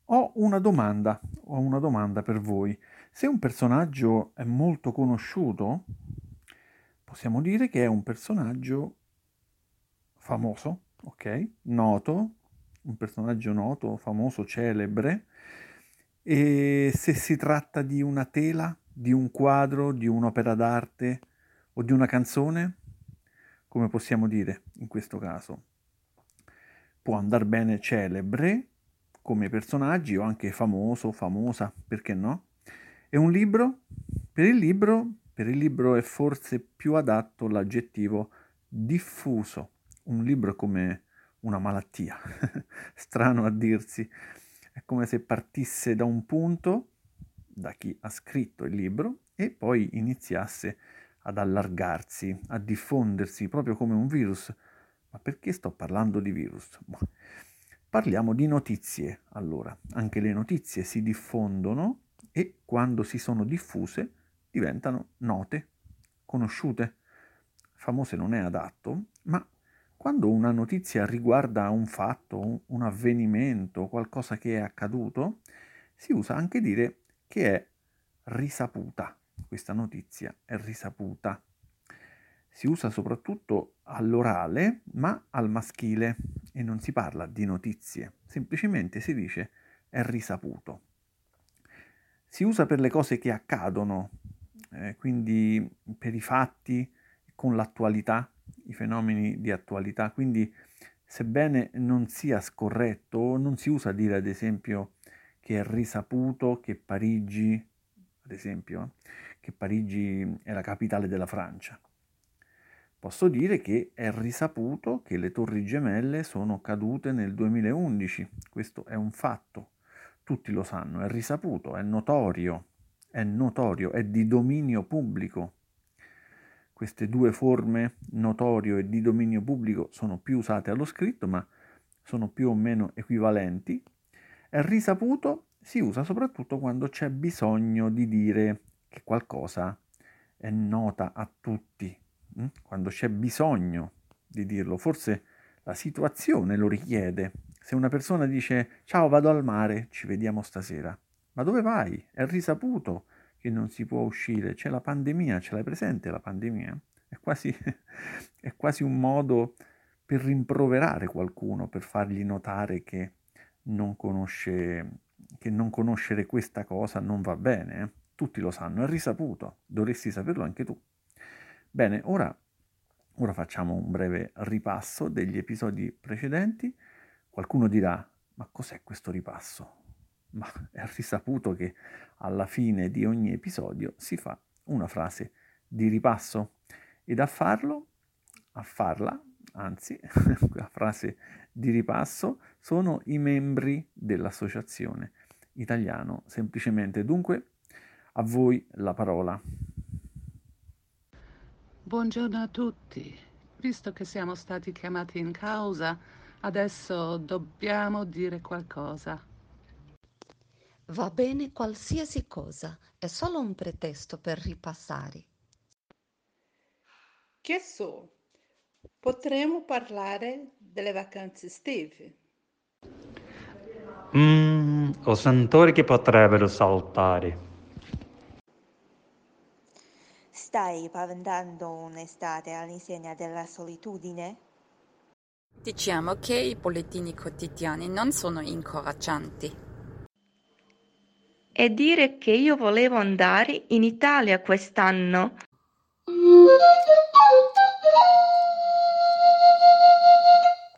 Ho una domanda per voi. Se un personaggio è molto conosciuto, possiamo dire che è un personaggio famoso, ok? Noto, un personaggio noto, famoso, celebre. E se si tratta di una tela, di un quadro, di un'opera d'arte o di una canzone, come possiamo dire in questo caso? Può andar bene celebre come personaggi o anche famoso, famosa, perché no? E un libro? Per il libro è forse più adatto l'aggettivo diffuso. Un libro è come una malattia, strano a dirsi, è come se partisse da un punto, da chi ha scritto il libro, e poi iniziasse ad allargarsi, a diffondersi, proprio come un virus. Ma perché sto parlando di virus? Boh. Parliamo di notizie, allora. Anche le notizie si diffondono e quando si sono diffuse diventano note, conosciute. Famose non è adatto, ma quando una notizia riguarda un fatto, un avvenimento, qualcosa che è accaduto, si usa anche dire che è risaputa. Questa notizia è risaputa. Si usa soprattutto all'orale, ma al maschile, e non si parla di notizie, semplicemente si dice è risaputo. Si usa per le cose che accadono, quindi per i fatti con l'attualità, i fenomeni di attualità, quindi sebbene non sia scorretto, non si usa dire ad esempio che è risaputo che Parigi, ad esempio, che Parigi è la capitale della Francia. Posso dire che è risaputo che le Torri Gemelle sono cadute nel 2011. Questo è un fatto. Tutti lo sanno, è risaputo, è notorio, è di dominio pubblico. Queste due forme, notorio e di dominio pubblico, sono più usate allo scritto, ma sono più o meno equivalenti. È risaputo si usa soprattutto quando c'è bisogno di dire che qualcosa è nota a tutti, quando c'è bisogno di dirlo. Forse la situazione lo richiede. Se una persona dice ciao, vado al mare, ci vediamo stasera. Ma dove vai? È risaputo che non si può uscire. C'è la pandemia, ce l'hai presente la pandemia? È quasi, è quasi un modo per rimproverare qualcuno, per fargli notare non conosce, che non conoscere questa cosa non va bene. Tutti lo sanno, è risaputo, dovresti saperlo anche tu. Bene, ora facciamo un breve ripasso degli episodi precedenti. Qualcuno dirà, ma cos'è questo ripasso? Ma è risaputo che alla fine di ogni episodio si fa una frase di ripasso ed a farla, anzi, la frase di ripasso sono i membri dell'associazione italiano semplicemente. Dunque, a voi la parola. Buongiorno a tutti. Visto che siamo stati chiamati in causa, adesso dobbiamo dire qualcosa. Va bene qualsiasi cosa, è solo un pretesto per ripassare. Che so, potremmo parlare delle vacanze estive. Ho sentori che potrebbero saltare. Stai paventando un'estate all'insegna della solitudine? Diciamo che i bollettini quotidiani non sono incoraggianti. E dire che io volevo andare in Italia quest'anno.